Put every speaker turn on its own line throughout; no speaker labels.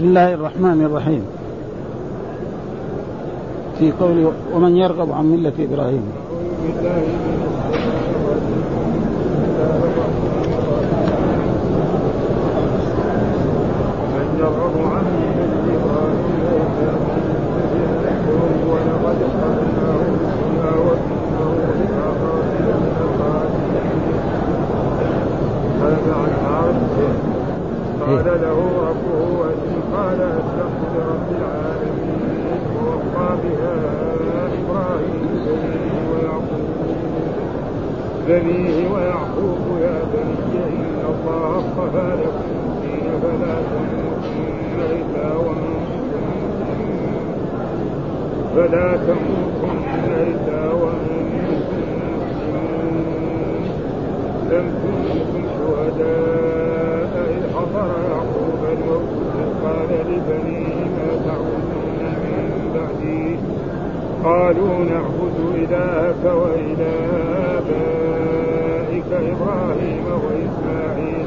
بسم الله الرحمن الرحيم. في قوله ومن يرغب عن ملة إبراهيم.
قال له ربه وإن قال أسلمت لرب العالمين ووقى بها إبراهيم بنيه ويعقوب يا بني إن الله اصطفى لكم الدين فلا تموتن إلا وأنتم مسلمون لم كنتم شهداء إذ حضر يعقوب الموت قال لبنيه ما تعبدون من بعدي قالوا نعبد إلهك وإله آبائك إبراهيم وإسماعيل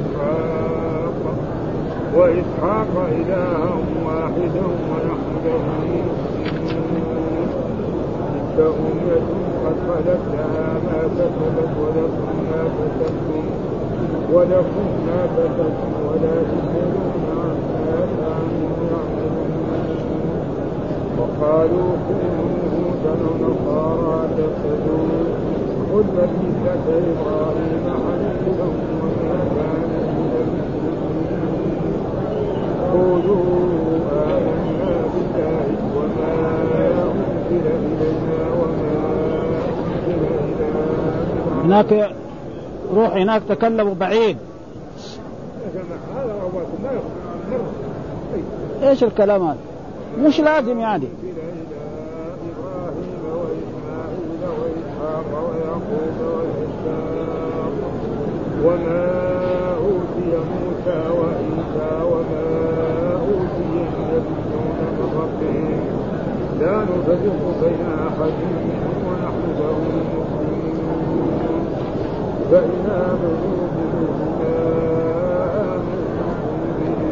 وإسحاق إلها واحدا ونحن له مسلمون تلك أمة قد خلت لها ما كسبت ولكم ما كسبتم ولا تسألون عما كانوا يعملون وقالوا كونوا هودا ونصارى تهتدوا قل بل ملة إبراهيم حنيفا وما كان من المشركين قولوا آمنا بالله وما أنزل إلينا وما أنزل إلى
هناك روح هناك تكلموا بعيد. ايش الكلام هذا؟ مش لازم يعني.
وما أوتي موسى وعيسى وما أوتي النبيون من ربهم لا نفرق بين أحد منهم ونحن له مسلمون فإن آمنوا بمثل ما آمنتم به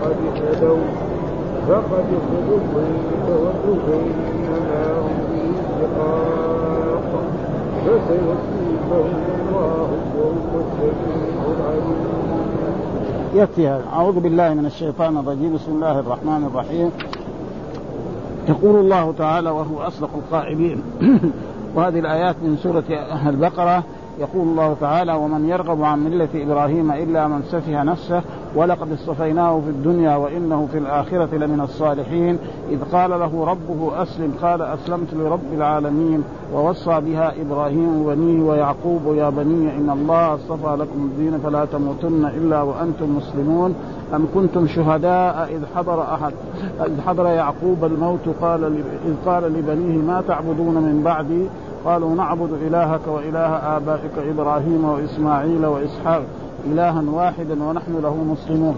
فقد اهتدوا وإن تولوا فإنما هم في شقاق فسيكفيكهم الله وهو السميع العليم.
يكفي هذا. أعوذ بالله من الشيطان الرجيم. بسم الله الرحمن الرحيم. يقول الله تعالى وهو أصدق القائلين وهذه الآيات من سورة البقرة. يقول الله تعالى ومن يرغب عن ملة إبراهيم إلا من سفه نفسه ولقد اصطفيناه في الدنيا وإنه في الآخرة لمن الصالحين إذ قال له ربه أسلم قال أسلمت لرب العالمين ووصى بها إبراهيم بنيه ويعقوب يا بني إن الله اصطفى لكم الدين فلا تموتن إلا وأنتم مسلمون أم كنتم شهداء إذ حضر يعقوب الموت إذ قال لبنيه ما تعبدون من بعدي قالوا نعبد إلهك وإله آبائك إبراهيم وإسماعيل وإسحاق إلها واحدا ونحن له مسلمون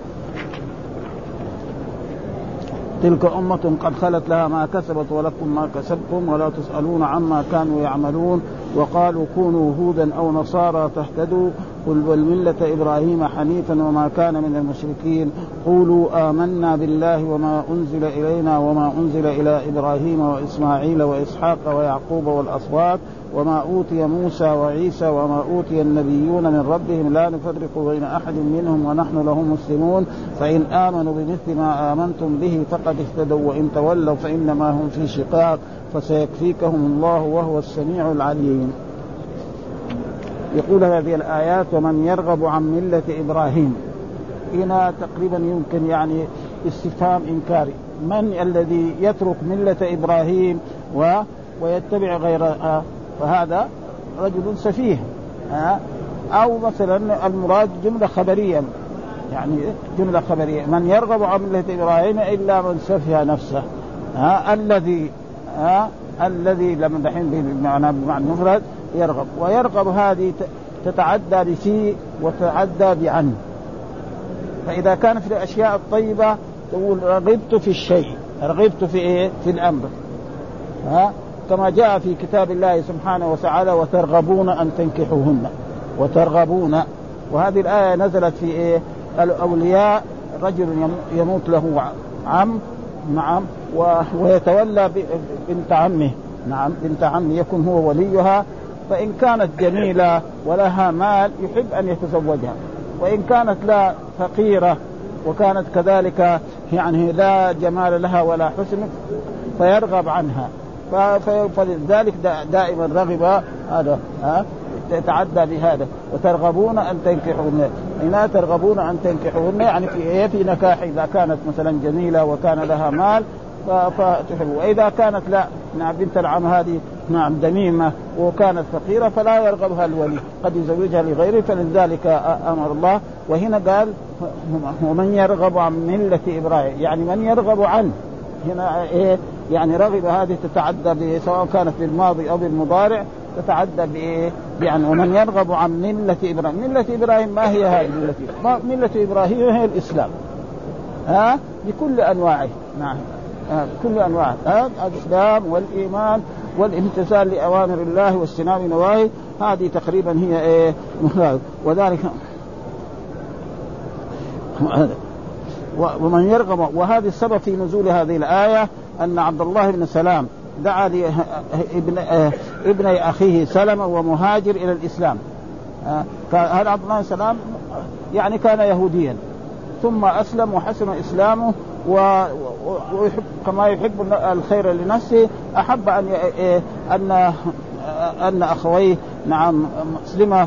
تلك أمة قد خلت لها ما كسبت ولكم ما كسبتم ولا تسألون عما كانوا يعملون وقالوا كونوا هودا أو نصارى تهتدوا قل بل ملة إبراهيم حنيفا وما كان من المشركين قولوا آمنا بالله وما أنزل إلينا وما أنزل إلى إبراهيم وإسماعيل وإسحاق ويعقوب والأسباط وما أوتي موسى وعيسى وما أوتي النبيون من ربهم لا نفرق بين أحد منهم ونحن له مسلمون فإن آمنوا بمثل ما آمنتم به فقد اهتدوا وإن تولوا فإنما هم في شقاق فسيكفيكهم الله وهو السميع العليم. يقول هذه الآيات ومن يرغب عن ملة إبراهيم هنا تقريبا يمكن يعني استفهام إنكاري. من الذي يترك ملة إبراهيم ويتبع غيرها؟ فهذا رجل سفيه أو مثلا المراد جملة خبرية يعني جملة خبرية من يرغب عن ملة إبراهيم إلا من سفه نفسه الذي لما دحين بمعنى مفرد يرغب ويرغب هذه تتعدى بفي وتتعدى بعن. فإذا كان في الأشياء الطيبة تقول رغبت في الشيء رغبت في إيه في الأمر كما جاء في كتاب الله سبحانه وتعالى وترغبون أن تنكحوهن وترغبون. وهذه الآية نزلت في إيه الأولياء رجل يموت له عم نعم ويتولى بنت عمه نعم بنت عمه يكون هو وليها، فإن كانت جميلة ولها مال يحب أن يتزوجها، وإن كانت لا فقيرة وكانت كذلك يعني لا جمال لها ولا حسن فيرغب عنها. فلذلك دائما رغب هذا يتعدى بهذا وترغبون أن تنكحوهن. إنها ترغبون أن تنكحوهن يعني في نكاح إذا كانت مثلا جميلة وكان لها مال فتحب، وإذا كانت لا نعم بنت العم هذه نعم دميمة وكانت فقيرة فلا يرغبها الولي، قد يزوجها لغيره. فلذلك أمر الله. وهنا قال ومن يرغب عن ملة إبراهيم، يعني من يرغب عنه هنا إيه يعني رغب هذه تتعدى سواء كانت بالماضي أو بالمضارع تتعدى يعني ومن يرغب عن ملة إبراهيم. ملة إبراهيم ما هي هذه ملة إبراهيم؟ هي الإسلام بكل أنواعه نعم كل أنواعه الإسلام والإيمان والامتثال لأوامر الله واجتناب نواهيه، هذه تقريبا هي إيه وذلك ومن يرغب. وهذا السبب في نزول هذه الآية أن عبد الله بن سلام دعا ابن أخيه سلمة ومهاجر إلى الإسلام. هذا عبد الله بن سلام يعني كان يهوديا ثم أسلم وحسن إسلامه ويحب كما يحب الخير لنفسه، أحب أن أخويه نعم مسلمة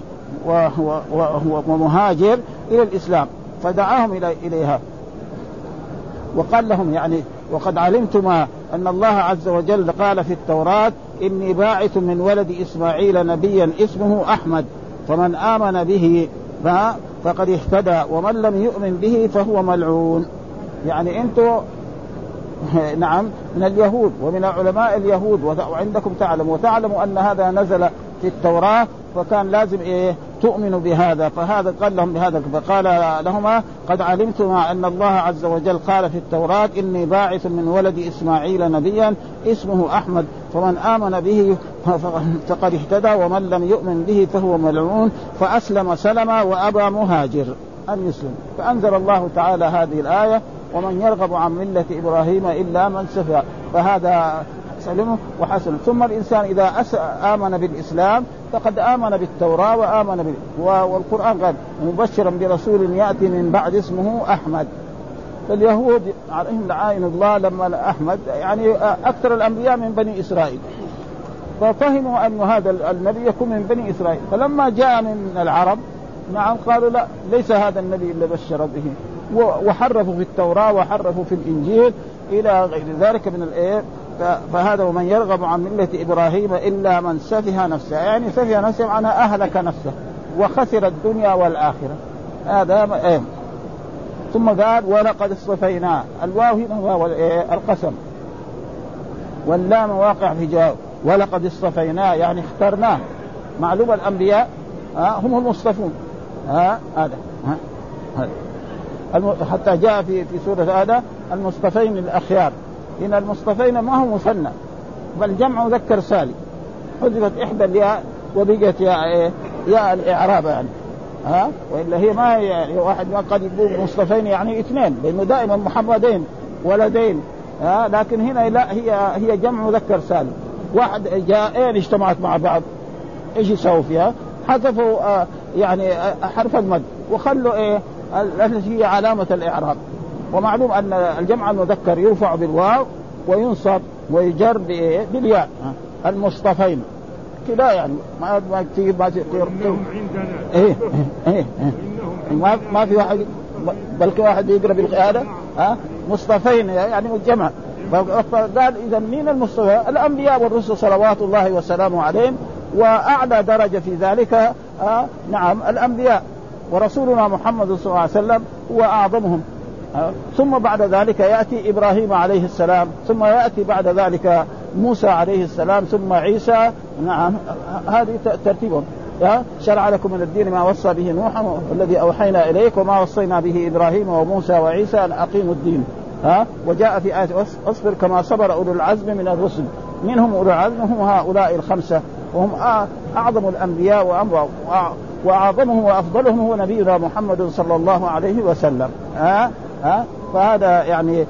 ومهاجر إلى الإسلام فدعاهم إليها وقال لهم يعني وقد علمتما أن الله عز وجل قال في التوراة إني باعث من ولد إسماعيل نبيا اسمه أحمد فمن آمن به فقد اهتدى ومن لم يؤمن به فهو ملعون. يعني أنتم نعم من اليهود ومن علماء اليهود وعندكم وتعلموا أن هذا نزل في التوراة فكان لازم تؤمنوا بهذا. فهذا قال لهم بهذا فقال لهما قد علمتما أن الله عز وجل قال في التوراة إني باعث من ولد إسماعيل نبيا اسمه أحمد فمن آمن به فقد اهتدى ومن لم يؤمن به فهو ملعون. فأسلم سلمة وأبى مهاجر أن يسلم. فأنزل الله تعالى هذه الآية ومن يرغب عن ملة إبراهيم إلا من سفه، فهذا سلمه وحسن. ثم الإنسان إذا آمن بالإسلام فقد آمن بالتوراة وآمن والقرآن قال مبشرا برسول يأتي من بعد اسمه أحمد. فاليهود عليهم لعائن الله لما أحمد يعني أكثر الأنبياء من بني إسرائيل ففهموا أن هذا النبي يكون من بني إسرائيل، فلما جاء من العرب نعم قالوا لا ليس هذا النبي اللي بشر به وحرفوا في التوراة وحرفوا في الإنجيل إلى غير ذلك من الآيات. فهذا ومن يرغب عن ملة إبراهيم إلا من سفه نفسه، يعني سفه نفسه معناه أهلك نفسه وخسر الدنيا والآخرة. هذا ثم قال ولقد اصطفيناه. الواو هنا هو القسم واللام واقع في جواب. ولقد اصطفيناه يعني اخترناه. معلوم الأنبياء هم المصطفون هذا حتى جاء في سورة هذا المصطفين الأخيار. إن المصطفين ما هو مثنى بل جمع مذكر سالم حذفت إحدى الياء وبقت ياء الإعراب يعني وإلا هي ما هي يعني واحد ما قد يقول مصطفين يعني اثنين لأنه دائما محمدين ولدين لكن هنا لا هي جمع مذكر سالم. واحد جاءين اجتمعت مع بعض ايش يسوي فيها؟ حذفوا يعني حرف المد وخلوا التي هي علامة الإعراب. ومعلوم أن الجمع المذكر يرفع بالواو وينصب ويجر بالياء. المصطفين كده يعني ما تيجي ما في واحد بلكي واحد يقرأ بالقيادة مصطفين يعني الجمع. فقال إذا مين المصطفى؟ الأنبياء والرسل صلوات الله وسلامه عليهم، وأعلى درجة في ذلك نعم الأنبياء، ورسولنا محمد صلى الله عليه وسلم هو أعظمهم. ثم بعد ذلك يأتي إبراهيم عليه السلام، ثم يأتي بعد ذلك موسى عليه السلام، ثم عيسى. نعم هذه ترتيبهم. شرع لكم من الدين ما وصى به نوح والذي أوحينا إليك وما وصينا به إبراهيم وموسى وعيسى أن أقيموا الدين. وجاء في آية أصبر كما صبر أولو العزم من الرسل. منهم أولو العزم هم هؤلاء الخمسة، وهم أعظم الأنبياء وأعظمهم وأفضلهم هو نبينا محمد صلى الله عليه وسلم. فهذا يعني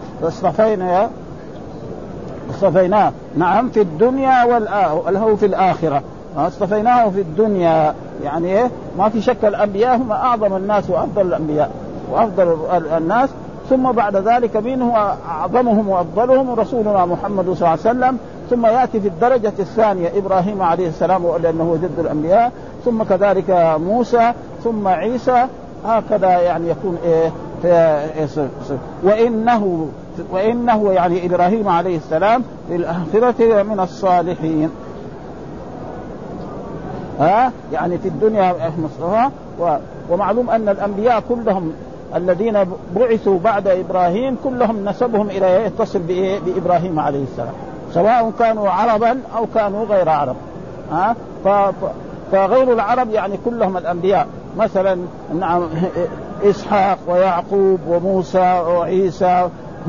اصطفيناه نعم في الدنيا والهو في الآخرة. اصطفيناه في الدنيا يعني ما في شك الأنبياء هم أعظم الناس وأفضل الأنبياء وأفضل الناس، ثم بعد ذلك منه أعظمهم وأفضلهم رسولنا محمد صلى الله عليه وسلم، ثم يأتي في الدرجة الثانية إبراهيم عليه السلام لأنه جد الأنبياء، ثم كذلك موسى، ثم عيسى، هكذا يعني يكون وإنه يعني إبراهيم عليه السلام في الآخرة من الصالحين. يعني في الدنيا مصطفى. ومعلوم أن الأنبياء كلهم الذين بعثوا بعد إبراهيم كلهم نسبهم إلى يتصل بإبراهيم عليه السلام، سواء كانوا عربا أو كانوا غير عرب. فغير العرب يعني كلهم الأنبياء، مثلا نعم إسحاق ويعقوب وموسى وعيسى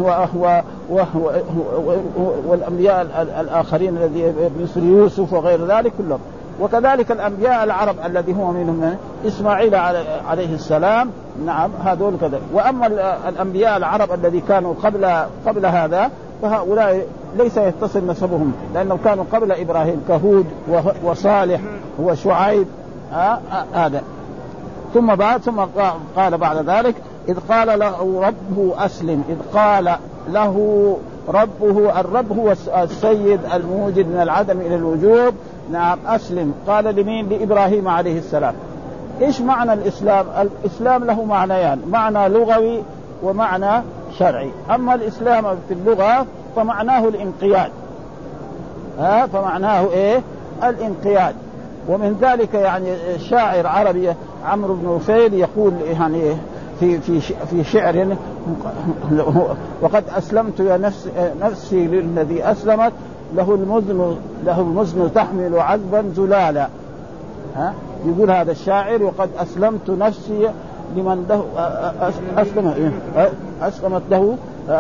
والأنبياء الآخرين الذي مثل يوسف وغير ذلك كلهم. وكذلك الأنبياء العرب الذي هو منهم إسماعيل عليه السلام، نعم هذول كذا. وأما الأنبياء العرب الذي كانوا قبل هذا فهؤلاء ليس يتصل نسبهم لأنهم كانوا قبل إبراهيم كهود وصالح وشعيب هذا. ثم قال بعد ذلك إذ قال له ربه أسلم، إذ قال له ربه، الرب هو السيد الموجد من العدم إلى الوجود، نعم أسلم. قال لمين؟ لإبراهيم عليه السلام. إيش معنى الإسلام؟ الإسلام له معنيان، معنى لغوي ومعنى شرعي. أما الإسلام في اللغة فمعناه الانقياد، فمعناه الانقياد. ومن ذلك يعني شاعر عربي عمرو بن نفيل يقول يعني في شعر وقد أسلمت يا نفسي للذي أسلمت له المزن تحمل عذبا زلالا. يقول هذا الشاعر وقد أسلمت نفسي لمن له أسلمت له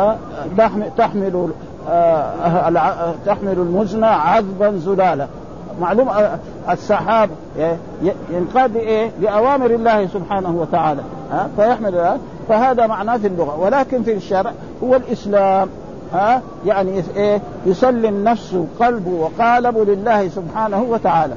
تحمل المزن عذبا زلالا. معلوم السحاب ينقاد لأوامر الله سبحانه وتعالى فيحمل، فهذا معناه في اللغة. ولكن في الشرع هو الإسلام، يعني يسلم نفسه قلبه وقالبه لله سبحانه وتعالى.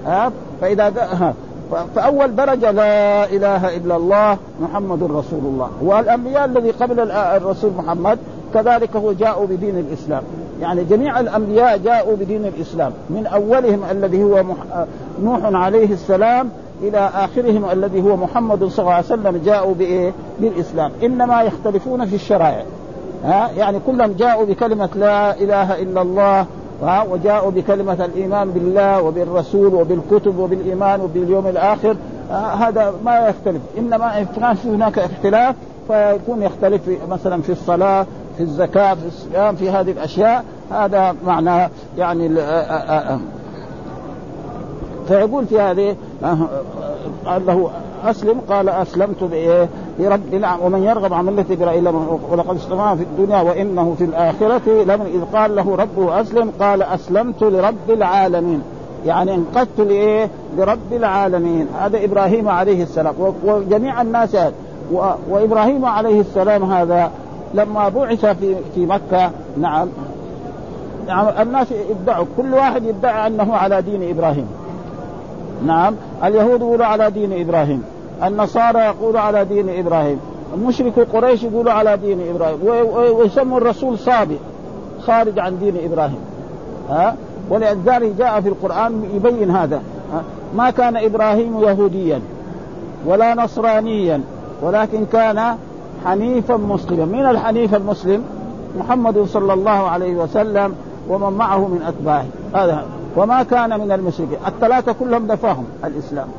فأول درجة لا إله إلا الله محمد رسول الله. والأنبياء الذي قبل الرسول محمد كذلك هو جاءوا بدين الإسلام، يعني جميع الأنبياء جاءوا بدين الإسلام، من أولهم الذي هو نوح عليه السلام إلى آخرهم الذي هو محمد صلى الله عليه وسلم جاءوا بالإسلام. إنما يختلفون في الشرائع، يعني كلهم جاءوا بكلمة لا إله إلا الله، وجاءوا بكلمة الإيمان بالله وبالرسول وبالكتب وبالإيمان وباليوم الآخر. هذا ما يختلف، إنما كان في هناك اختلاف فيكون يختلف مثلا في الصلاة، في الزكاة، في الصيام، في هذه الأشياء. هذا معنى يعني فيقول في هذه قال له أسلم، قال أسلمت لرب العالمين ومن يرغب عن ملة إبراهيم ولقد اصطفاه في الدنيا وإنه في الآخرة لمن. إذ قال له ربه أسلم قال أسلمت لرب العالمين، يعني انقدت لرب العالمين. هذا إبراهيم عليه السلام وجميع الناس. وإبراهيم عليه السلام هذا لما بعث في مكة، نعم الناس ادعوا، كل واحد يدعي أنه على دين إبراهيم. نعم اليهود يقولوا على دين إبراهيم، النصارى يقولوا على دين إبراهيم، مشركو قريش يقولوا على دين إبراهيم، ويسموا الرسول صابئ خارج عن دين إبراهيم. ولذلك جاء في القرآن يبين هذا. ما كان إبراهيم يهوديا ولا نصرانيا ولكن كان حنيفا مسلما. من الحنيف المسلم؟ محمد صلى الله عليه وسلم ومن معه من أتباعه، هذا. وما كان من المشركين، الثلاثة كلهم دفاهم الإسلام.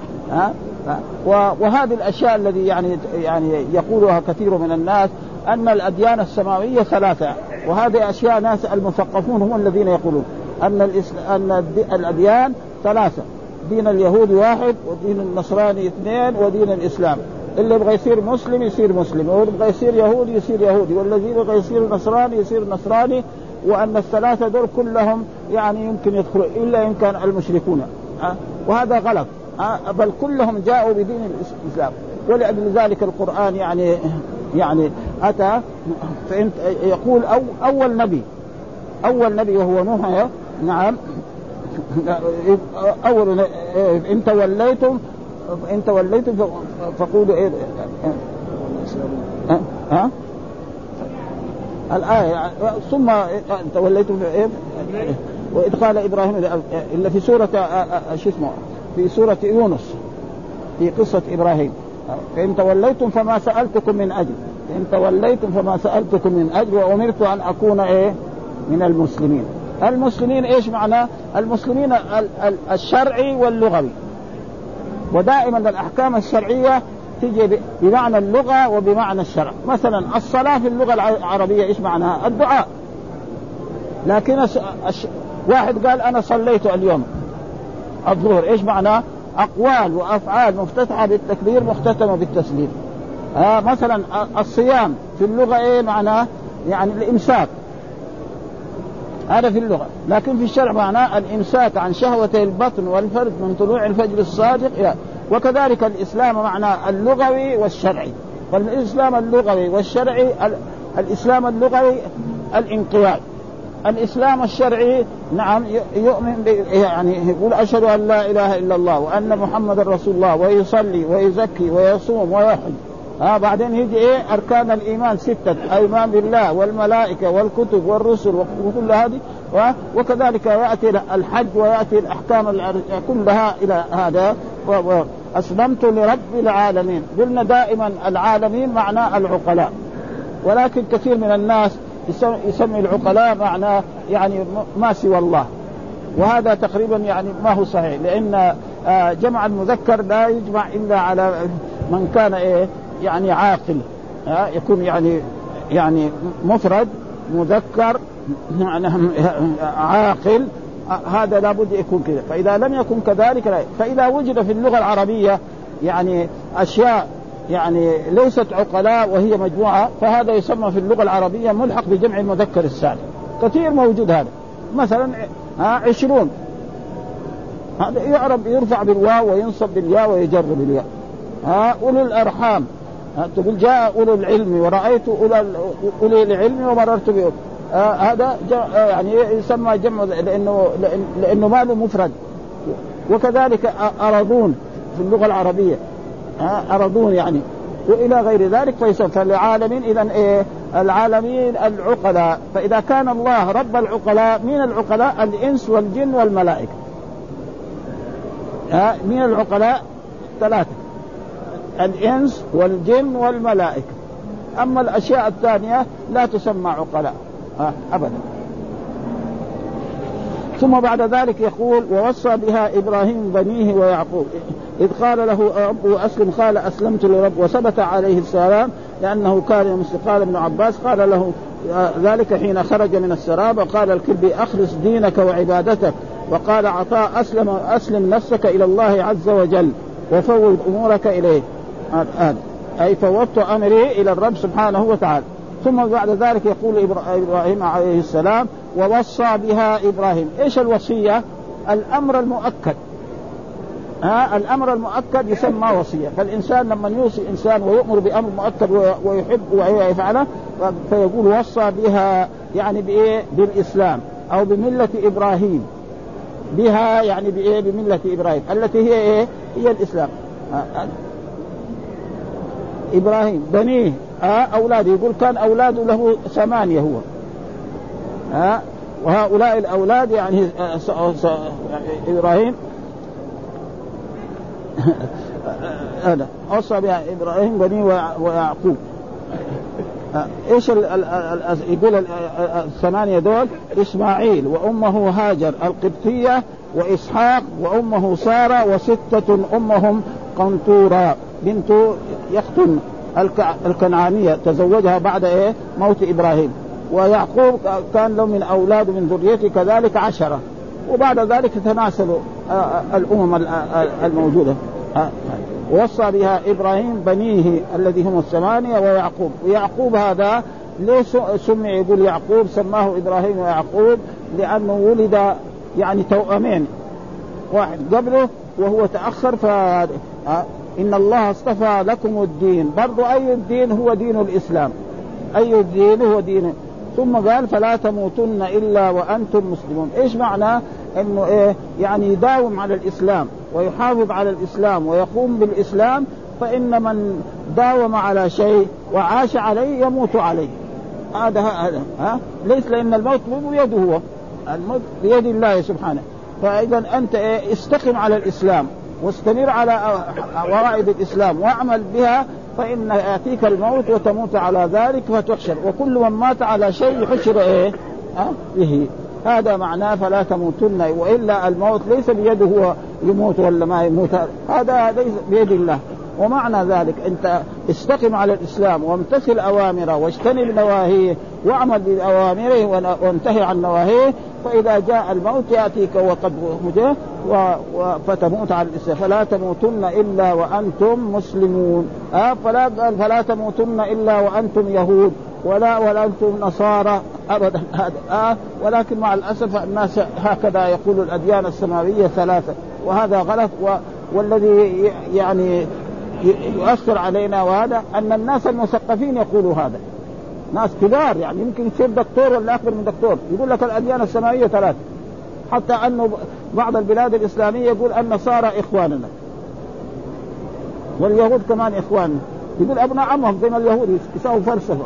وهذه الأشياء الذي يعني يقولها كثير من الناس أن الأديان السماوية ثلاثة، وهذه أشياء ناس المثقفون هم الذين يقولون أن الأديان ثلاثة، دين اليهود واحد ودين النصراني اثنين ودين الإسلام. اللي يبغى يصير مسلم يصير مسلم، واللي يبغى يصير يهودي يصير يهودي، والذي يبغى يصير نصراني يصير نصراني. وأن الثلاثة دول كلهم يعني يمكن يدخلوا إلا إن كان المشركون، وهذا غلط. بل كلهم جاءوا بدين الإسلام. ولأجل ذلك القرآن يعني أتى فإنت يقول أول نبي وهو نوح. نعم أول إن توليتم فقولوا إيه الآية ثم توليتم إيه وإذ قال إبراهيم إلا في سورة في سورة يونس في قصة إبراهيم فإن توليتم فما سألتكم من أجل وأمرت أن أكون إيه من المسلمين. المسلمين إيش معناه؟ المسلمين الشرعي واللغوي. ودائما الأحكام الشرعية تجي بمعنى اللغة وبمعنى الشرع. مثلا الصلاة في اللغة العربية إيش معناها؟ الدعاء. لكن واحد قال أنا صليت اليوم الظهر إيش معناه؟ أقوال وأفعال مفتتحة بالتكبير مختتمة بالتسليم. مثلا الصيام في اللغة إيه معناه؟ يعني الإمساك، هذا في اللغة. لكن في الشرع معناه الإمساك عن شهوة البطن والفرج من طلوع الفجر الصادق. وكذلك الإسلام معناه اللغوي والشرعي. فالإسلام اللغوي والشرعي، الإسلام اللغوي الانقياد، الإسلام الشرعي نعم يؤمن يعني يقول أشهد أن لا إله إلا الله وأن محمد رسول الله ويصلي ويزكي ويصوم ويحج. بعدين يجي إيه أركان الإيمان 6: الإيمان بالله والملائكة والكتب والرسل وكل هذه. وكذلك يأتي الحج ويأتي الأحكام كلها إلى هذا. أسلمت لرب العالمين. قلنا دائما العالمين معناه العقلاء، ولكن كثير من الناس يسمي العقلاء معناه يعني ما سوى الله، وهذا تقريبا يعني ما هو صحيح، لأن جمع المذكر لا يجمع إلا على من كان إيه يعني عاقل. يكون يعني مفرد مذكر عاقل، هذا لابد يكون كذا. فإذا لم يكن كذلك لا. فإذا وجد في اللغة العربية يعني أشياء يعني ليست عقلاء وهي مجموعة، فهذا يسمى في اللغة العربية ملحق بجمع المذكر السالم. كثير موجود هذا. مثلا 20 هذا يعرب يرفع بالواو وينصب بالياء ويجر بالياء. أولو الأرحام تقول جاء أولو العلم ورأيت أولي العلم ومررت بهم. هذا يعني يسمى جمع لأنه ماله مفرد. وكذلك أرضون في اللغة العربية أرضون يعني وإلى غير ذلك. فالعالمين إذن إيه العالمين العقلاء. فإذا كان الله رب العقلاء، من العقلاء الإنس والجن والملائكة. من العقلاء 3: الإنس والجن والملائكة. أما الأشياء الثانية لا تسمى عقلاء أبدا. ثم بعد ذلك يقول ووصى بها إبراهيم بنيه ويعقوب إذ قال له ربه أسلم قال أسلمت لرب. وثبت عليه السلام لأنه كان مسلم. قال ابن عباس قال له ذلك حين خرج من السراب. وقال الكلبي أخلص دينك وعبادتك. وقال عطاء أسلم نفسك إلى الله عز وجل وفوض أمورك إليه. أي فوضت أمري إلى الرب سبحانه وتعالى. ثم بعد ذلك يقول إبراهيم عليه السلام ووصى بها إبراهيم. إيش الوصية؟ الأمر المؤكد. الأمر المؤكد يسمى وصية. فالإنسان لما يوصي إنسان ويؤمر بأمر مؤكد ويحب ويفعله فيقول وصى بها يعني بإيه؟ بالإسلام أو بملة إبراهيم. بها يعني بإيه؟ بملة إبراهيم التي هي إيه؟ هي الإسلام. إبراهيم بنيه أولاده. يقول كان أولاده له 8 هو. وهؤلاء الأولاد يعني إبراهيم هذا أوصى بها إبراهيم بنيه ويعقوب. إيش يقول 8 دول؟ إسماعيل وأمه هاجر القبطية وإسحاق وأمه سارة و6 أمهم قنطورة بنت يختن الكنعانية تزوجها بعد إيه؟ موت إبراهيم. ويعقوب كان له من أولاد من ذريته كذلك 10. وبعد ذلك تناسلوا الأمم الموجودة. ووصى بها إبراهيم بنيه الذي هم 8 ويعقوب. ويعقوب هذا ليه سمي يقول يعقوب؟ سماه إبراهيم ويعقوب لأنه ولد يعني توأمين، واحد قبله وهو تأخر. إن الله اصطفى لكم الدين. برضو أي الدين؟ هو دين الإسلام. أي الدين هو دينه. ثم قال فلا تموتن إلا وأنتم مسلمون. إيش معنى إنه إيه؟ يعني يداوم على الإسلام ويحافظ على الإسلام ويقوم بالإسلام، فإن من داوم على شيء وعاش عليه يموت عليه. هذا ليس، لأن الموت بيده هو، الموت بيد الله سبحانه. فإذا أنت إيه؟ استقم على الإسلام واستمر على ورائد الإسلام واعمل بها، فإن يأتيك الموت وتموت على ذلك فتحشر، وكل من مات على شيء يحشر إيه؟ به. هذا معناه فلا تموتن، وإلا الموت ليس بيده هو يموت ولا ما يموت، هذا ليس بيد الله. ومعنى ذلك أنت استقم على الإسلام وامتثل أوامره واجتنب نواهيه واعمل بأوامره وانتهي عن نواهيه، فإذا جاء الموت يأتيك وقد هدى فتموت على الإسلام. فلا تموتن إلا وأنتم مسلمون. فلا قال فلا تموتن إلا وأنتم يهود ولا أنتم نصارى أبدا. ولكن مع الأسف الناس هكذا يقول الأديان السماوية ثلاثة، وهذا غلط. والذي يعني يؤثر علينا وهذا أن الناس المثقفين يقولوا هذا، ناس كبار يعني يمكن يصير دكتور ولا أكبر من دكتور، يقول لك الأديان السماوية ثلاثة. حتى أنه بعض البلاد الإسلامية يقول النصارى إخواننا واليهود كمان إخواننا، يقول أبناء عمهم زي ما اليهود يساووا فلسفة.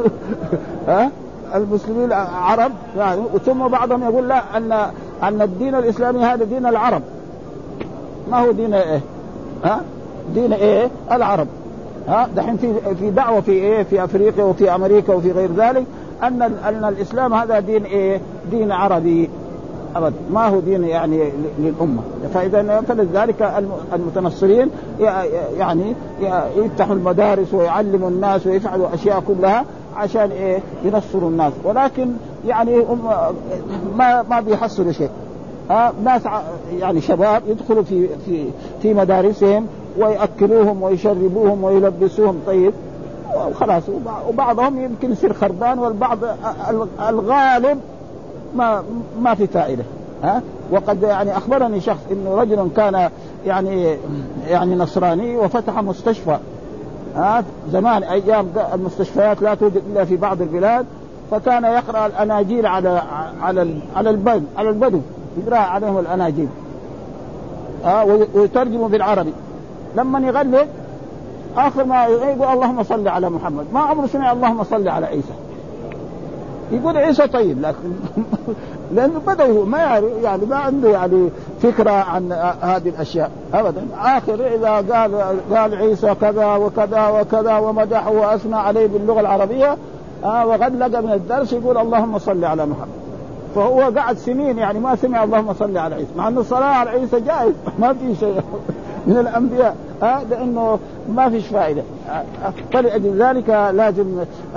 المسلمين عرب يعني. ثم بعضهم يقول لا أن الدين الإسلامي هذا دين العرب، ما هو دين إيه؟ دين إيه؟ العرب. دحين في دعوة في إيه؟ في أفريقيا وفي أمريكا وفي غير ذلك أن الإسلام هذا دين إيه؟ دين عربي أبدا، ما هو دين يعني للأمة. فلذلك المتنصرين يعني يفتحوا المدارس ويعلموا الناس ويفعلوا أشياء كلها عشان إيه؟ ينصروا الناس، ولكن يعني ما بيحصلوا شيء. ناس يعني شباب يدخلوا في مدارسهم ويأكلوهم ويشربوهم ويلبسوهم طيب وخلاص، وبعضهم يمكن يصير خربان، والبعض الغالب ما في فائدة. وقد يعني أخبرني شخص إنه رجل كان يعني نصراني وفتح مستشفى زمان، أيام المستشفيات لا توجد إلا في بعض البلاد، فكان يقرأ الأناجيل على البدو، يقرأ عليهم الأناجيل ويترجموا بالعربي. لما يغلق آخر ما يقول اللهم صل على محمد، ما عمره سمع اللهم صل على عيسى. يقول عيسى طيب، لكن لأنه بدأ ما يعرف يعني ما عنده يعني فكرة عن هذه الأشياء أبدا. آخر إذا قال عيسى كذا وكذا وكذا ومدحه وأثنى عليه باللغة العربية وقد لقى من الدرس يقول اللهم صل على محمد، فهو قعد سنين يعني ما سمع اللهم صل على عيسى، مع أن الصلاة على عيسى جائز ما في شيء من الأنبياء، لأنه ما فيش فائدة. فلأجل ذلك لازم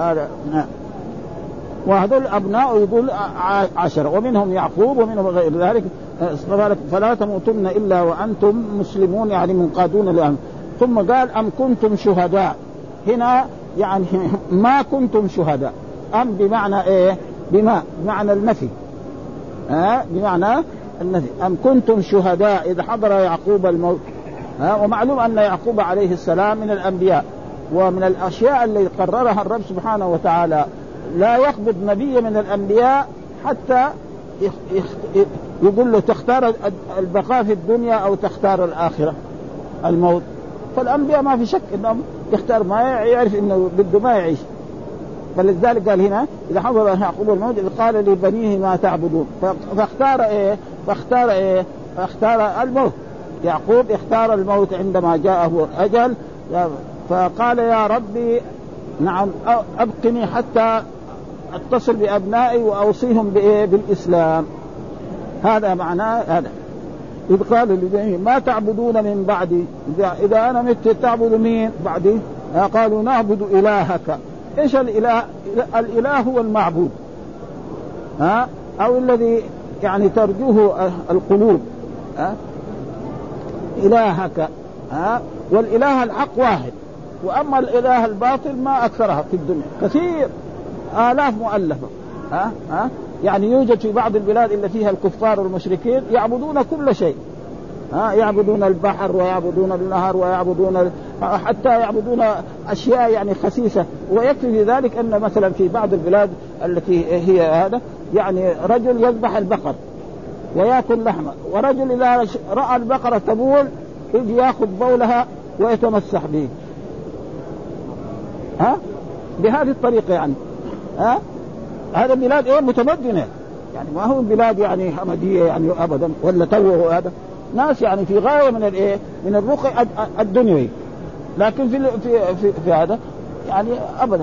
وهذول أبناء يقول 10 ومنهم يعقوب ومنهم غير ذلك. فلا تموتن إلا وأنتم مسلمون يعني منقادون لهم. ثم قال أم كنتم شهداء، هنا يعني ما كنتم شهداء. أم بمعنى إيه؟ بمعنى النفي، بمعنى النفي. أم كنتم شهداء إذ حضر يعقوب الموت. ومعلوم أن يعقوب عليه السلام من الأنبياء، ومن الأشياء اللي قررها الرب سبحانه وتعالى لا يقبض نبي من الأنبياء حتى يقول له تختار البقاء في الدنيا أو تختار الآخرة الموت. فالأنبياء ما في شك إنهم يختار ما يعرف إنه بده ما يعيش. فلذلك قال هنا إذا حضر يعقوب الموت إذ قال لبنيه ما تعبدون، فاختار الموت. يعقوب اختار الموت عندما جاءه أجل، فقال يا ربي نعم أبقني حتى أتصل بأبنائي وأوصيهم بالإسلام. هذا معناه هذا. إذ قال لبنيه ما تعبدون من بعدي، إذا أنا مت تعبد مين بعدي؟ قالوا نعبد إلهك. إيش الإله؟ الإله هو المعبود أو الذي يعني ترجوه القلوب إلهك. والإله الحق واحد، وأما الإله الباطل ما أكثرها في الدنيا كثير آلاف مؤلفة. يعني يوجد في بعض البلاد اللي فيها الكفار والمشركين يعبدون كل شيء، يعبدون البحر ويعبدون النهر ويعبدون حتى يعبدون أشياء يعني خسيسة. ويكفي في ذلك أن مثلا في بعض البلاد التي هي هذا يعني رجل يذبح البقر ويأكل لحمه، ورجل إذا رأى البقرة تبول يجي يأخذ بولها ويتمسح به، بهذه الطريقة يعني. هذا بلاد متمدنة يعني، ما هو بلاد يعني همجية يعني أبدا ولا توه. هذا ناس يعني في غاية من من الرقي الدنيوي، لكن في هذا يعني أبدا.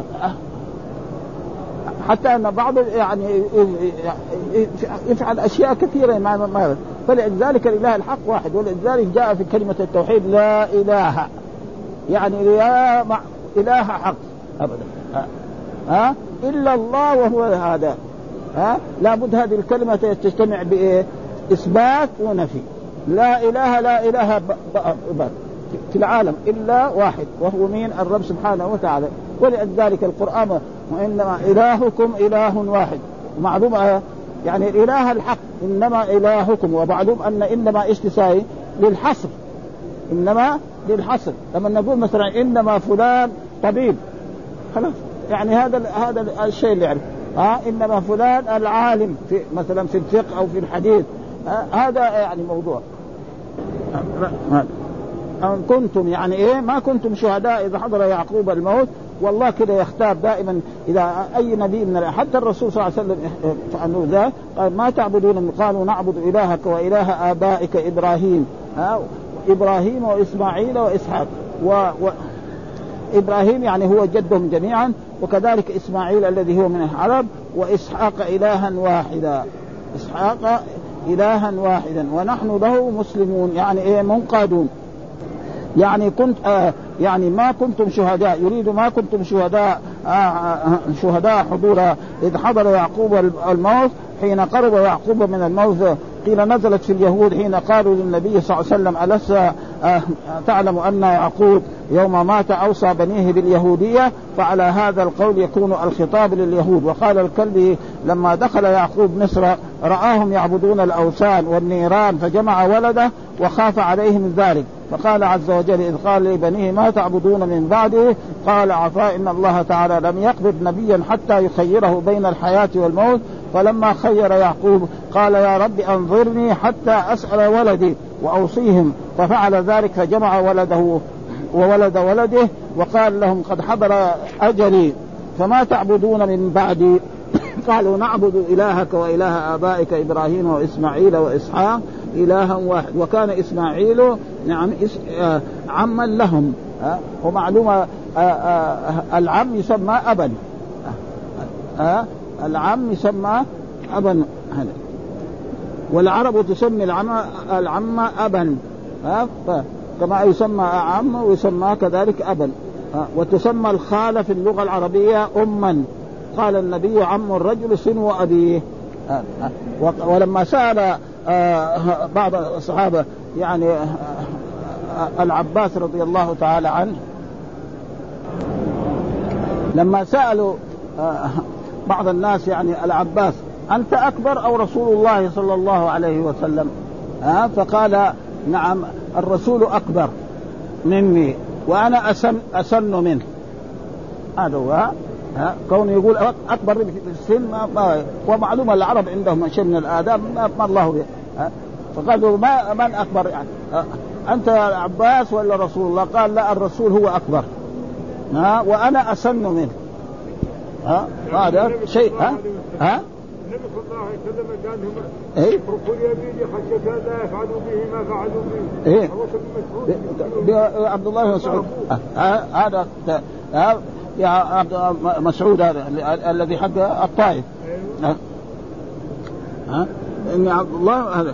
حتى أن بعض يعني يفعل أشياء كثيرة ما فلذلك الإله الحق واحد، ولذلك جاء في كلمة التوحيد لا إله، يعني لا إله حق أبدا إلا الله وهو هذا. لابد هذه الكلمة تجتمع بإثبات ونفي. لا إله في العالم إلا واحد، وهو مين؟ الرب سبحانه وتعالى. ولذلك القرآن وإنما إلهكم إله واحد، ومعلوم يعني الإله الحق إنما إلهكم، ومعلوم أن إنما استثناء للحصر، إنما للحصر. لما نقول مثلا إنما فلان طبيب خلاص، يعني هذا الشيء اللي يعرف. إنما فلان العالم في مثلا في الفقه أو في الحديث، هذا يعني موضوع. أن كنتم يعني ما كنتم شهداء إذا حضر يعقوب الموت. والله كده يختار دائما إذا أي نبي من حتى الرسول صلى الله عليه وسلم فعلوا ذا. قال ما تعبدون؟ قالوا نعبد إلهك وإله آبائك إبراهيم وإسماعيل وإسحاق. إبراهيم يعني هو جدهم جميعا، وكذلك إسماعيل الذي هو من العرب، وإسحاق إلها واحدا، إسحاق إلها واحدا، ونحن له مسلمون يعني منقادون. يعني كنت يعني ما كنتم شهداء، يريد ما كنتم شهداء حضور إذ حضر يعقوب الموت حين قرب يعقوب من الموت. قيل نزلت في اليهود حين قالوا للنبي صلى الله عليه وسلم ألست تعلم أن يعقوب يوم مات أوصى بنيه باليهودية؟ فعلى هذا القول يكون الخطاب لليهود. وقال الكلبي لما دخل يعقوب مصر رآهم يعبدون الأوثان والنيران فجمع ولده وخاف عليهم ذلك، فقال عز وجل إذ قال لبنيه ما تعبدون من بعده؟ قال عفا إن الله تعالى لم يقبض نبيا حتى يخيره بين الحياة والموت. فلما خير يعقوب قال يا رب أنظرني حتى أسأل ولدي وأوصيهم، ففعل ذلك فجمع ولده وولد ولده وقال لهم قد حضر أجلي فما تعبدون من بعدي؟ قالوا نعبد إلهك وإله آبائك إبراهيم وإسماعيل وإسحاق إلها واحد. وكان إسماعيل نعم عما لهم، ومعلومة العم يسمى أبا، العم يسمى أبا، والعرب تسمي العم أبا، كما يسمى عم ويسمى كذلك أبا. وتسمى الخالة في اللغة العربية أما. قال النبي عم الرجل سنو أبيه. ولما سأل بعض الصحابة يعني العباس رضي الله تعالى عنه، لما سألوا بعض الناس يعني العباس أنت أكبر أو رسول الله صلى الله عليه وسلم؟ فقال نعم الرسول أكبر مني وأنا أسن منه. هذا هو كونه يقول أكبر في السن ومعلومة العرب عندهم شيء من الآداب ما الله به. فقالوا من أكبر يعني أنت عباس ولا رسول الله؟ قال لا الرسول هو أكبر وأنا أسن منه. هذا شيء
النبي صلى الله عليه وسلم قال لهم اتركوا يميني خشية لا يفعلوا به ما فعلوا به.
عبد الله بن مسعود هذا يا عبد مسعود هذا الذي حق الطائف إن عبد الله هذا.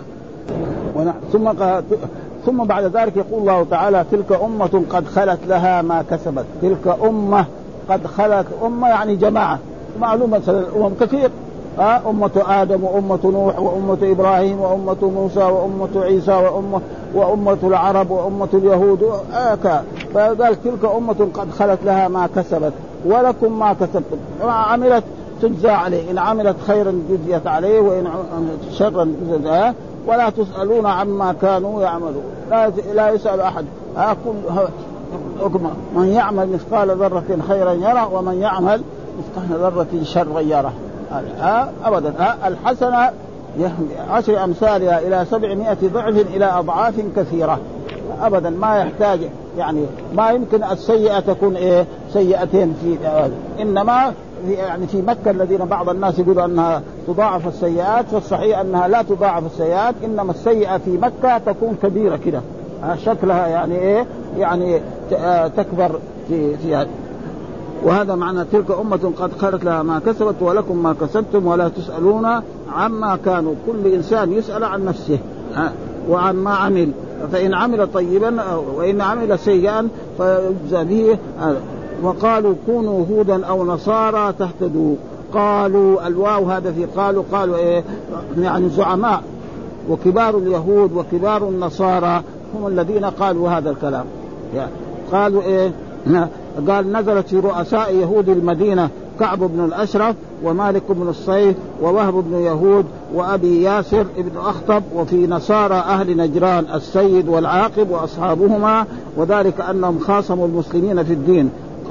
ثم بعد ذلك يقول الله تعالى تلك أمة قد خلت لها ما كسبت. تلك أمة قد خلت، أمة يعني جماعة، معلومة الأمم كثير، أمة آدم وأمة نوح وأمة إبراهيم وأمة موسى وأمة عيسى وأمة العرب وأمة اليهود فذلك تلك أمة قد خلت لها ما كسبت ولكم ما كسبتم. ما عملت تجزى عليه، إن عملت خيرا جزيت عليه وإن شرا جزيت ولا تسألون عما كانوا يعملون. لا يسأل أحد. من يعمل مثقال ذرة خيرا يره ومن يعمل مثقال ذرة شرا يره. أبدا الحسنة 10 أمثالها إلى 700 ضعف إلى أضعاف كثيرة. أبدا ما يحتاج يعني ما يمكن السيئة تكون سيئتين في إنما يعني في مكة الذين بعض الناس يقولوا أنها تضاعف السيئات، فالصحيح أنها لا تضاعف السيئات، إنما السيئة في مكة تكون كبيرة كده شكلها يعني يعني تكبر في وهذا معنى تلك أمة قد خلت لها ما كسبت ولكم ما كسبتم ولا تسألون عما كانوا. كل إنسان يسأل عن نفسه وعن ما عمل، فإن عمل طيبا وإن عمل سيئا فيجزى به. وقالوا كونوا هودا أو نصارى تهتدوا. قالوا الواو هذا في قالوا يعني زعماء وكبار اليهود وكبار النصارى هم الذين قالوا هذا الكلام. قالوا قال نزلت في رؤساء يهود المدينة كعب بن الأشرف ومالك بن الصيف ووهب بن يهود وأبي ياسر بن أخطب، وفي نصارى أهل نجران السيد والعاقب وأصحابهما، وذلك أنهم خاصموا المسلمين في الدين.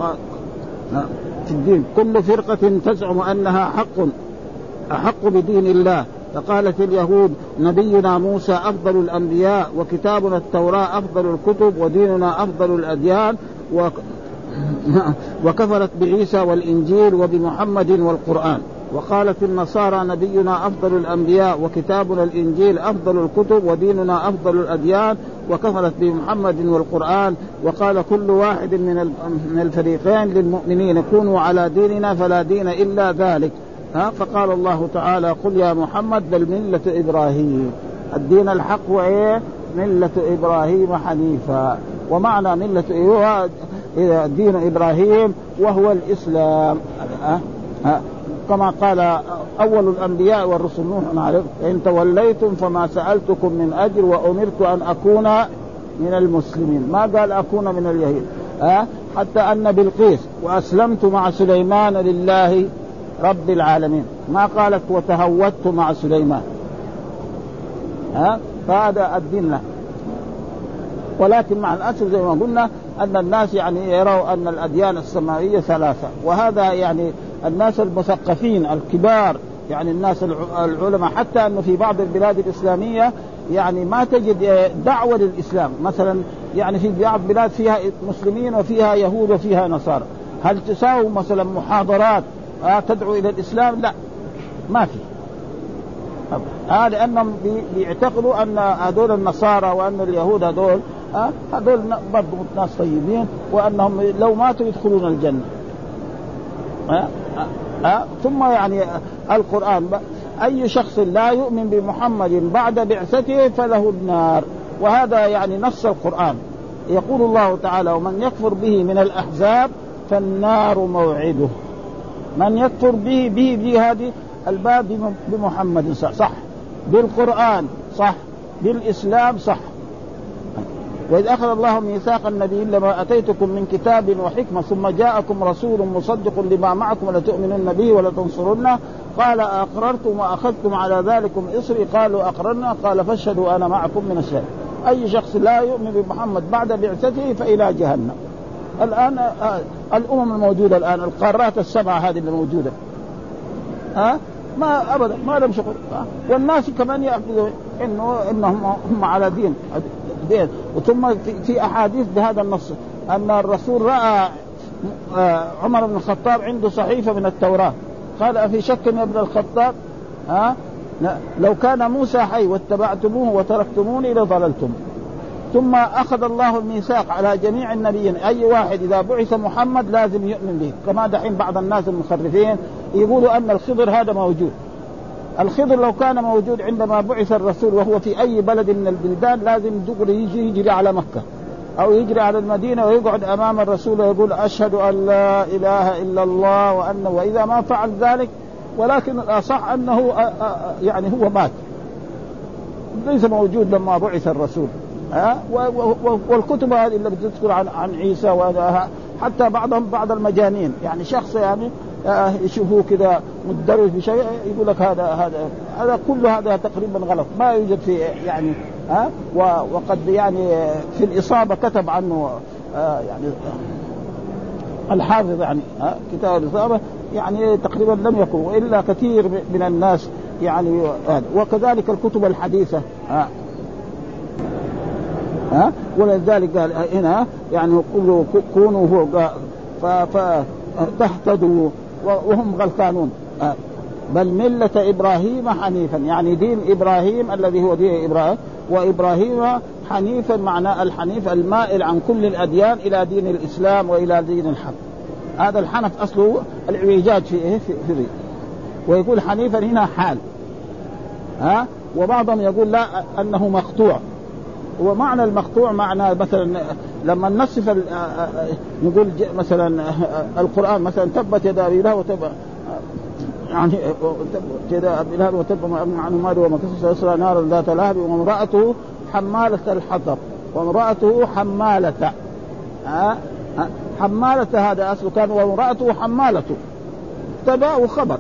كل فرقة تزعم أنها أحق بدين الله. فقالت اليهود نبينا موسى أفضل الأنبياء وكتابنا التوراة أفضل الكتب وديننا أفضل الأديان، وكفرت بعيسى والإنجيل وبمحمد والقرآن. وقالت النصارى نبينا أفضل الأنبياء وكتابنا الإنجيل أفضل الكتب وديننا أفضل الأديان، وكفرت بمحمد والقرآن. وقال كل واحد من الفريقين للمؤمنين كونوا على ديننا فلا دين إلا ذلك. فقال الله تعالى قل يا محمد بل ملة إبراهيم. الدين الحق وإيه؟ ملة إبراهيم حنيفا. ومعنى ملة دين إبراهيم وهو الإسلام. كما قال أول الأنبياء والرسل نوح نعرف إن توليتم فما سألتكم من أجر وأمرت أن أكون من المسلمين، ما قال أكون من اليهود. حتى أن بلقيس وأسلمت مع سليمان لله رب العالمين، ما قالت وتهودت مع سليمان. فهذا الدين له. ولكن مع الأسف زي ما قلنا أن الناس يعني يروا أن الأديان السماوية 3، وهذا يعني الناس المثقفين الكبار يعني الناس العلماء، حتى أنه في بعض البلاد الإسلامية يعني ما تجد دعوة للإسلام. مثلا يعني في بعض البلاد فيها مسلمين وفيها يهود وفيها نصارى، هل تساوي مثلا محاضرات تدعو إلى الإسلام؟ لا، ما في. لأنهم بيعتقدوا أن هذول النصارى وأن اليهود هذول برضو ناس طيبين، وأنهم لو ماتوا يدخلون الجنة. ثم يعني القرآن أي شخص لا يؤمن بمحمد بعد بعثته فله النار، وهذا يعني نص القرآن. يقول الله تعالى ومن يكفر به من الأحزاب فالنار موعده. من يكفر به هذه الباب بمحمد صح، بالقرآن صح، بالإسلام صح. وإذ أخذ الله ميثاق النبي لما أتيتكم من كتاب وحكمة ثم جاءكم رسول مصدق لما معكم لتؤمنن به ولتنصرنه قال أقررتم وأخذتم على ذلكم إصري قالوا أقررنا قال فاشهدوا أنا معكم من الشهداء. أي شخص لا يؤمن بمحمد بعد بعثته فإلى جهنم. الآن الأمم الموجودة الآن القارات السبعة هذه اللي موجودة ما أبدا ما لهم شغل. والناس كمان يعتقدون إنهم هم على دين. وثم في أحاديث بهذا النص أن الرسول رأى عمر بن الخطاب عنده صحيفة من التوراة، قال أفي شك يا ابن الخطاب لو كان موسى حي واتبعتموه وتركتموني لضللتم. ثم أخذ الله الميثاق على جميع النبيين أي واحد إذا بعث محمد لازم يؤمن به. كما دحين بعض الناس المخرفين يقولوا أن الخضر هذا موجود. الخضر لو كان موجود عندما بعث الرسول وهو في أي بلد من البلدان لازم يجري على مكة أو يجري على المدينة ويقعد أمام الرسول ويقول أشهد أن لا إله إلا الله وإذا ما فعل ذلك، ولكن الأصح أنه يعني هو مات ليس موجود لما بعث الرسول. والكتب هذه اللي بتذكر عن عيسى حتى بعض المجانين يعني شخص يعني يشوفوه كذا متدرج بشيء يقول لك هذا كل هذا تقريبا غلط، ما يوجد في يعني وقد يعني في الإصابة كتب عنه يعني الحافظ يعني كتاب الإصابة يعني تقريبا لم يكن، وإلا كثير من الناس يعني وكذلك الكتب الحديثة ولذلك قال هنا يعني كونوا فتهتدوا وهم غلطانون بل ملة إبراهيم حنيفا، يعني دين إبراهيم الذي هو دين إبراهيم، وإبراهيم حنيفا معناه الحنيف المائل عن كل الأديان إلى دين الإسلام وإلى دين الحق. هذا الحنف أصله الإعجاج في ويقول حنيفا هنا حال وبعضهم يقول لا أنه مقطوع. ومعنى المقطوع معنى مثلا لما نصف نقول مثلا القرآن مثلا تبت يدا أبي لهب وتب يعني يدا أبي لهب وتب عنه ماله وما كسب سيصلى نارا ذات لهب وامرأته حمالة الحطب وامرأته حمالة حمالة هذا أصله كان وامرأته حمالته تبع وخبر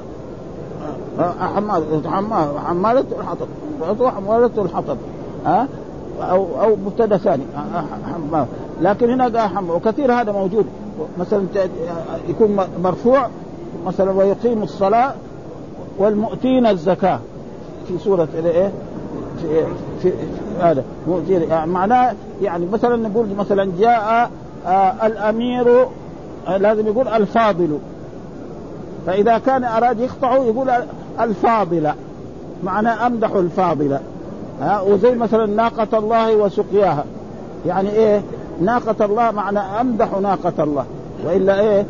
حمالة الحطب حمالة الحطب أو مبتدا ثاني لكن هنا قال حمل. وكثير هذا موجود مثلا يكون مرفوع مثلا ويقيم الصلاة والمؤتين الزكاة في سورة إيه في هذا معناه يعني مثلا نقول مثلا جاء الأمير لازم يقول الفاضل، فإذا كان أراد يقطعه يقول الفاضلة معناه أمدح الفاضلة وزي مثلا ناقة الله وسقياها يعني إيه ناقة الله معنى أمدح ناقة الله وإلا إيه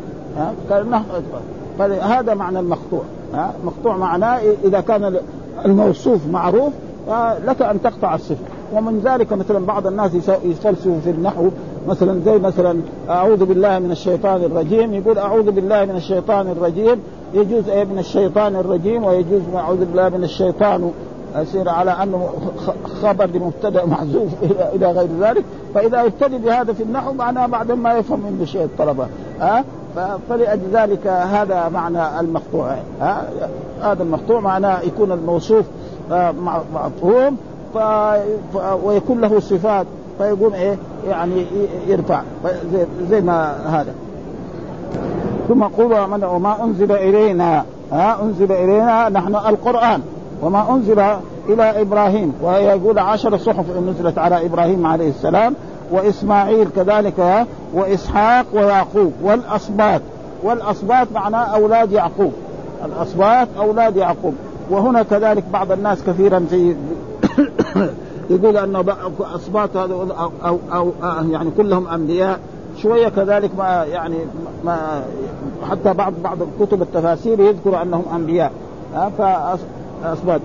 فهذا معنى المقطوع مقطوع معناه إذا كان الموصوف معروف لك أن تقطع الصفة. ومن ذلك مثلا بعض الناس يفلسفوا في النحو مثلا زي مثلا أعوذ بالله من الشيطان الرجيم يقول أعوذ بالله من الشيطان الرجيم يجوز إيه من الشيطان الرجيم ويجوز أعوذ بالله من الشيطان يصير على أنه خبر لمبتدأ محذوف إلى غير ذلك. فإذا ابتدي بهذا في النحو معناه بعد ما يفهم منه شيء الطلبة فلأجل ذلك هذا معنى المقطوع هذا المقطوع معناه يكون الموصوف مفهوم ويكون له صفات فيقول إيه يعني يرفع زي ما هذا. ثم قولوا وما أنزل إلينا أنزل إلينا نحن القرآن وما أنزل إلى إبراهيم ويقول 10 صحف نزلت على إبراهيم عليه السلام وإسماعيل كذلك وإسحاق ويعقوب والأصباط معناه أولاد يعقوب الأصباط أولاد يعقوب. وهنا كذلك بعض الناس كثيرا في يقول أن أصباط هذا أو يعني كلهم أنبياء شوية كذلك ما يعني ما حتى بعض كتب التفاسير يذكر أنهم أنبياء فأصباط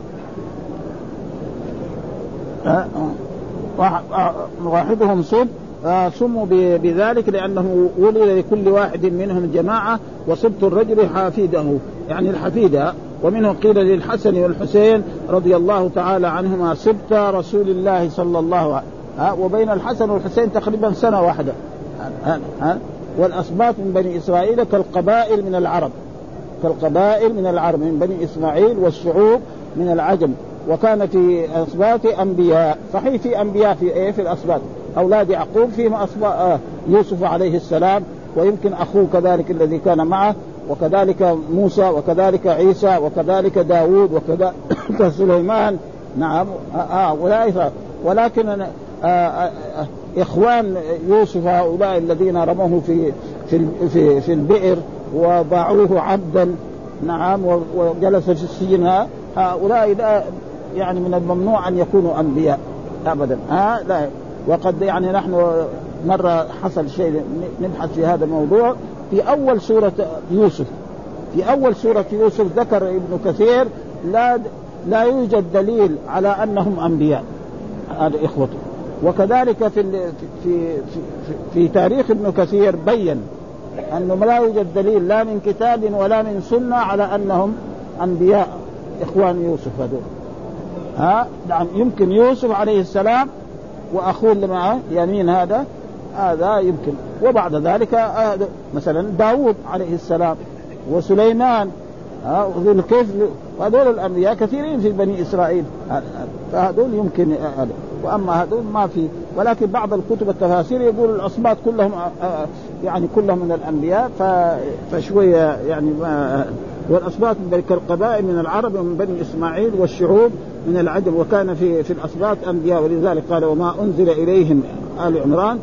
واحدهم صب سموا بذلك لأنه ولد لكل واحد منهم جماعة وصبت الرجل حافيده يعني الحفيدة. ومنه قيل للحسن والحسين رضي الله تعالى عنهما صبت رسول الله صلى الله عليه وسلم وبين الحسن والحسين تقريبا سنة واحدة والأصباط من بني إسرائيل كالقبائل من العرب من بني إسماعيل والشعوب من العجم. وكان في أصباط أنبياء صحيح في أنبياء في الأصباط أولاد يعقوب فيهم يوسف عليه السلام ويمكن أخوه كذلك الذي كان معه وكذلك موسى وكذلك عيسى وكذلك داود وكذلك سليمان نعم ولكن إخوان يوسف هؤلاء الذين رموه في البئر وباعوه عبدا نعم وجلس في السجن هؤلاء لا يعني من الممنوع أن يكونوا أنبياء أبدا لا. وقد يعني نحن مرة حصل شيء نبحث في هذا الموضوع في أول سورة يوسف ذكر ابن كثير لا يوجد دليل على أنهم أنبياء هذا إخوته. وكذلك في تاريخ ابن كثير بين أنه لا يوجد دليل لا من كتاب ولا من سنة على أنهم أنبياء إخوان يوسف هذول نعم يمكن يوسف عليه السلام وأخوه اللي معه يمين هذا يمكن. وبعد ذلك مثلا داود عليه السلام وسليمان وذو الكفل وهذول الأنبياء كثيرين في بني إسرائيل فهذول يمكن وأما هذول ما في. ولكن بعض الكتب التفاسير يقول الأصباط كلهم يعني كلهم من الأنبياء، فشوية يعني والأصباط كالقبائل من العرب ومن بني إسماعيل والشعوب من العجم، وكان في الأصباط أنبياء، ولذلك قال وما أنزل إليهم آل عمران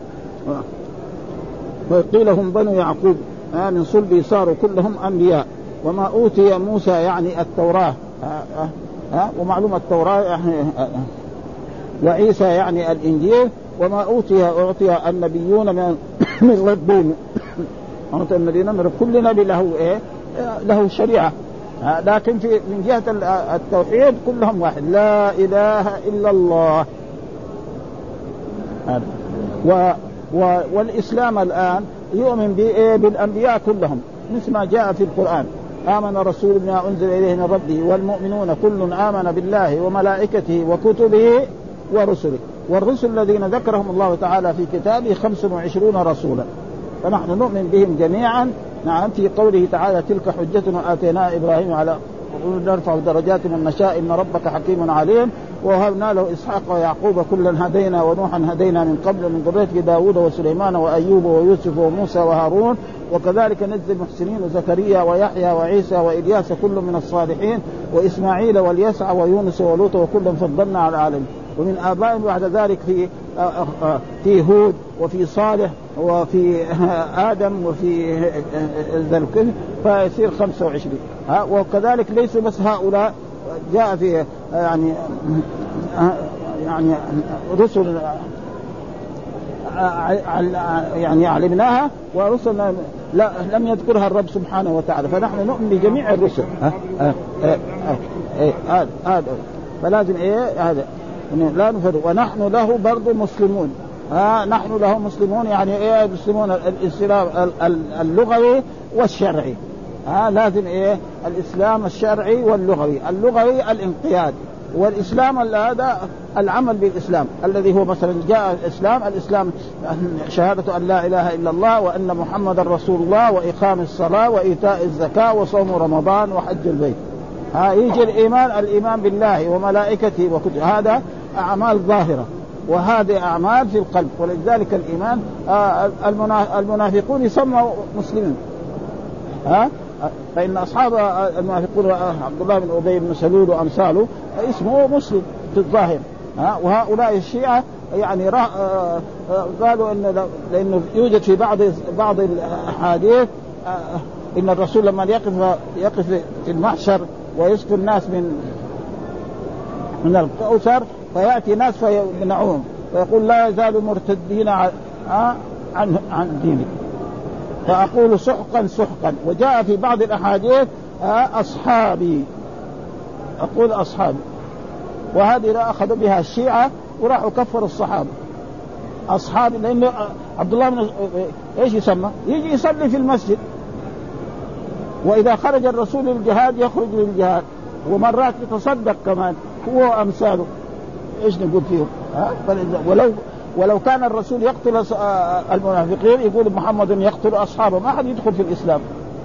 وقيل هم بنو يعقوب من صلبي صاروا كلهم أنبياء. وما أوتي موسى يعني التوراة، ومعلومة التوراة يعني وعيسى يعني الإنجيل. وما أعطي النبيون من ربهم، أعطي النبيون من كل نبي له له شريعة، لكن من جهة التوحيد كلهم واحد، لا إله إلا الله. والإسلام الآن يؤمن بالأنبياء كلهم مثل ما جاء في القرآن آمن رسول ما أنزل إليه من ربه والمؤمنون كل آمن بالله وملائكته وكتبه ورسله. والرسل الذين ذكرهم الله تعالى في كتابه 25 رسولا، فنحن نؤمن بهم جميعا. نعم، في قوله تعالى تلك حجتنا آتيناها إبراهيم على نرفع درجات من نشاء إن ربك حكيم عليم. ووهبنا له إسحاق ويعقوب كلا هدينا ونوحا هدينا من قبل من ذريته داود وسليمان وأيوب ويوسف وموسى وهارون وكذلك نجزي المحسنين وزكريا ويحيى وعيسى وإلياس كل من الصالحين وإسماعيل واليسع ويونس ولوط وكلا فضلنا على العالمين. ومن آبائهم بعد ذلك في هود وفي صالح وفي آدم وفي ذا الكفر، فيصير 25. وكذلك ليس بس هؤلاء، جاء في يعني رسل يعني علمناها ورسل لم يذكرها الرب سبحانه وتعالى، فنحن نؤمن بجميع الرسل. هذا فلازم هذا لا نفرق. ونحن له برضو مسلمون، نحن له مسلمون يعني مسلمون الإسلام اللغوي والشرعي. لازم الإسلام الشرعي واللغوي. اللغوي الانقياد، والإسلام هذا العمل بالإسلام الذي هو مثلا جاء الإسلام شهادة أن لا إله إلا الله وأن محمد رسول الله وإقام الصلاة وإيتاء الزكاة وصوم رمضان وحج البيت. يجي الإيمان بالله وملائكته وكتبه، هذا أعمال ظاهرة، وهذه أعمال في القلب. ولذلك الإيمان المنافقون يسموا مسلمين، فإن أصحاب المنافقون عبد الله بن أبي بن سلول وأمثاله اسمه مسلم في الظاهر. وهؤلاء الشيعة يعني قالوا لأنه يوجد في بعض الأحاديث إن الرسول لما يقف في المحشر ويسقي الناس من الكوثر فيأتي ناس فيمنعون ويقول لا يزال مرتدين عن دينك، فأقول سحقا سحقا. وجاء في بعض الأحاديث أصحابي، أقول أصحابي، وهذه أخذوا بها الشيعة وراحوا كفروا الصحابة أصحابي، لأنه عبد الله بن إيش يسمى يجي يصلي في المسجد، وإذا خرج الرسول للجهاد يخرج للجهاد، ومرات يتصدق كمان هو أمثاله. إيش نقول فيهم؟ ولو كان الرسول يقتل المنافقين يقول محمد يقتل أصحابه، ما حد يدخل في الإسلام.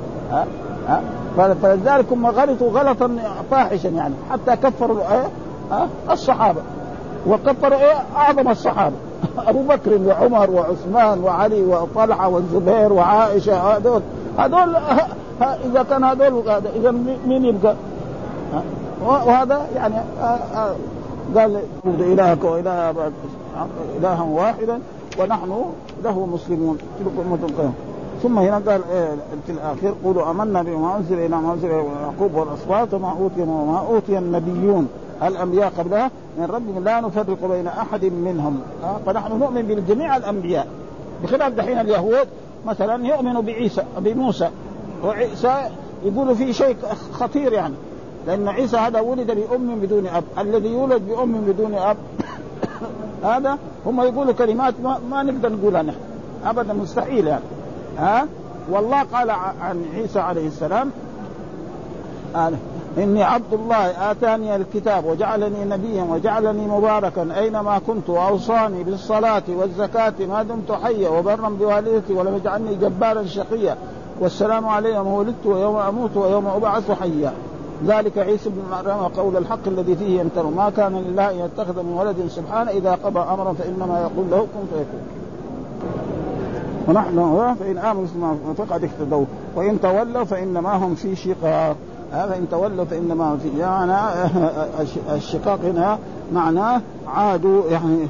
فلذلك هم غلطوا غلطا فاحشا، يعني حتى كفروا الصحابة، وكفروا أعظم الصحابة أبو بكر وعمر وعثمان وعلي وطلحة والزبير وعائشة. هذول إذا كان هذول إذا مين يبقى؟ وهذا يعني قال إلهك وإله إلها واحدا ونحن له مسلمون. ثم هنا قال في الآخر قولوا آمنا بما أنزل إلى ما أنزل يعقوب والأصباط وما أوتي النبيون الأنبياء قبلها من ربهم لا نفرق بين أحد منهم. فنحن نؤمن بجميع الأنبياء، بخلاف دحين اليهود مثلا يؤمنوا بعيسى بموسى، وعيسى يقولوا فيه شيء خطير يعني، لأن عيسى هذا ولد بأم بدون أب. الذي يولد بأم بدون أب هذا هم يقولوا كلمات ما نقدر نقولها نحن أبدا، مستحيل يعني. والله قال عن عيسى عليه السلام إني عبد الله آتاني الكتاب وجعلني نبيا وجعلني مباركا أينما كنت وأوصاني بالصلاة والزكاة ما دمت حيا وبرا بوالدتي ولم يجعلني جبارا شقيا والسلام علي يوم ولدت ويوم أموت ويوم أبعث حيا. ذلك عيسى بن مريم قول الحق الذي فيه يمترون ما كان لله أن يتخذ من ولد سبحانه إذا قضى أمرا فإنما يقول له كن فيكون. ونحن فإن آمنوا فقد اهتدوا وإن تولوا فإنما هم في شقاق. فإن تولوا فإنما هم في يعني الشقاق هنا معناه عادوا يعني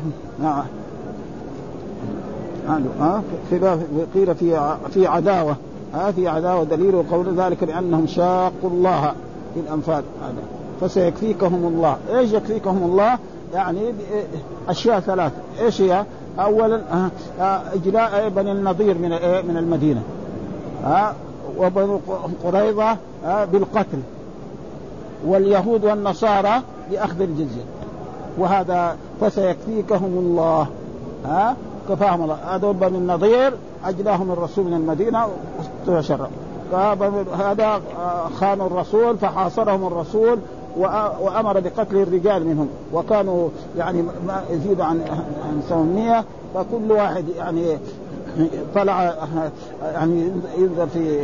قيل في عداوة في عداوة دليل قول ذلك بأنهم شاقوا الله في الأنفال فسيكفيكهم الله. إيش يكفيكهم الله؟ يعني أشياء ثلاثة. إيش هي؟ أولا إجلاء بني النضير من المدينة وبنو قريظة بالقتل واليهود والنصارى بأخذ الجزية. وهذا فسيكفيكهم الله كفاهم الله. هذا بني النضير أجلاهم الرسول من المدينة واستشر هذا خانوا الرسول فحاصرهم الرسول وأمر بقتل الرجال منهم وكانوا يعني ما يزيد عن 700 فكل واحد يعني طلع يعني ينظر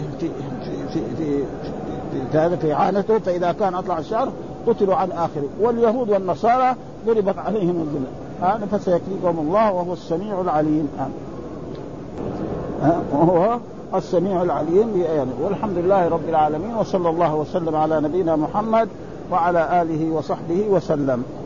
في عانته فإذا كان أطلع الشهر قتلوا عن آخره. واليهود والنصارى ضربت عليهم الذلة. هذا فسيكفيكم الله وهو السميع العليم. وهو السميع العليم يعني. والحمد لله رب العالمين وصلى الله وسلم على نبينا محمد وعلى آله وصحبه وسلم.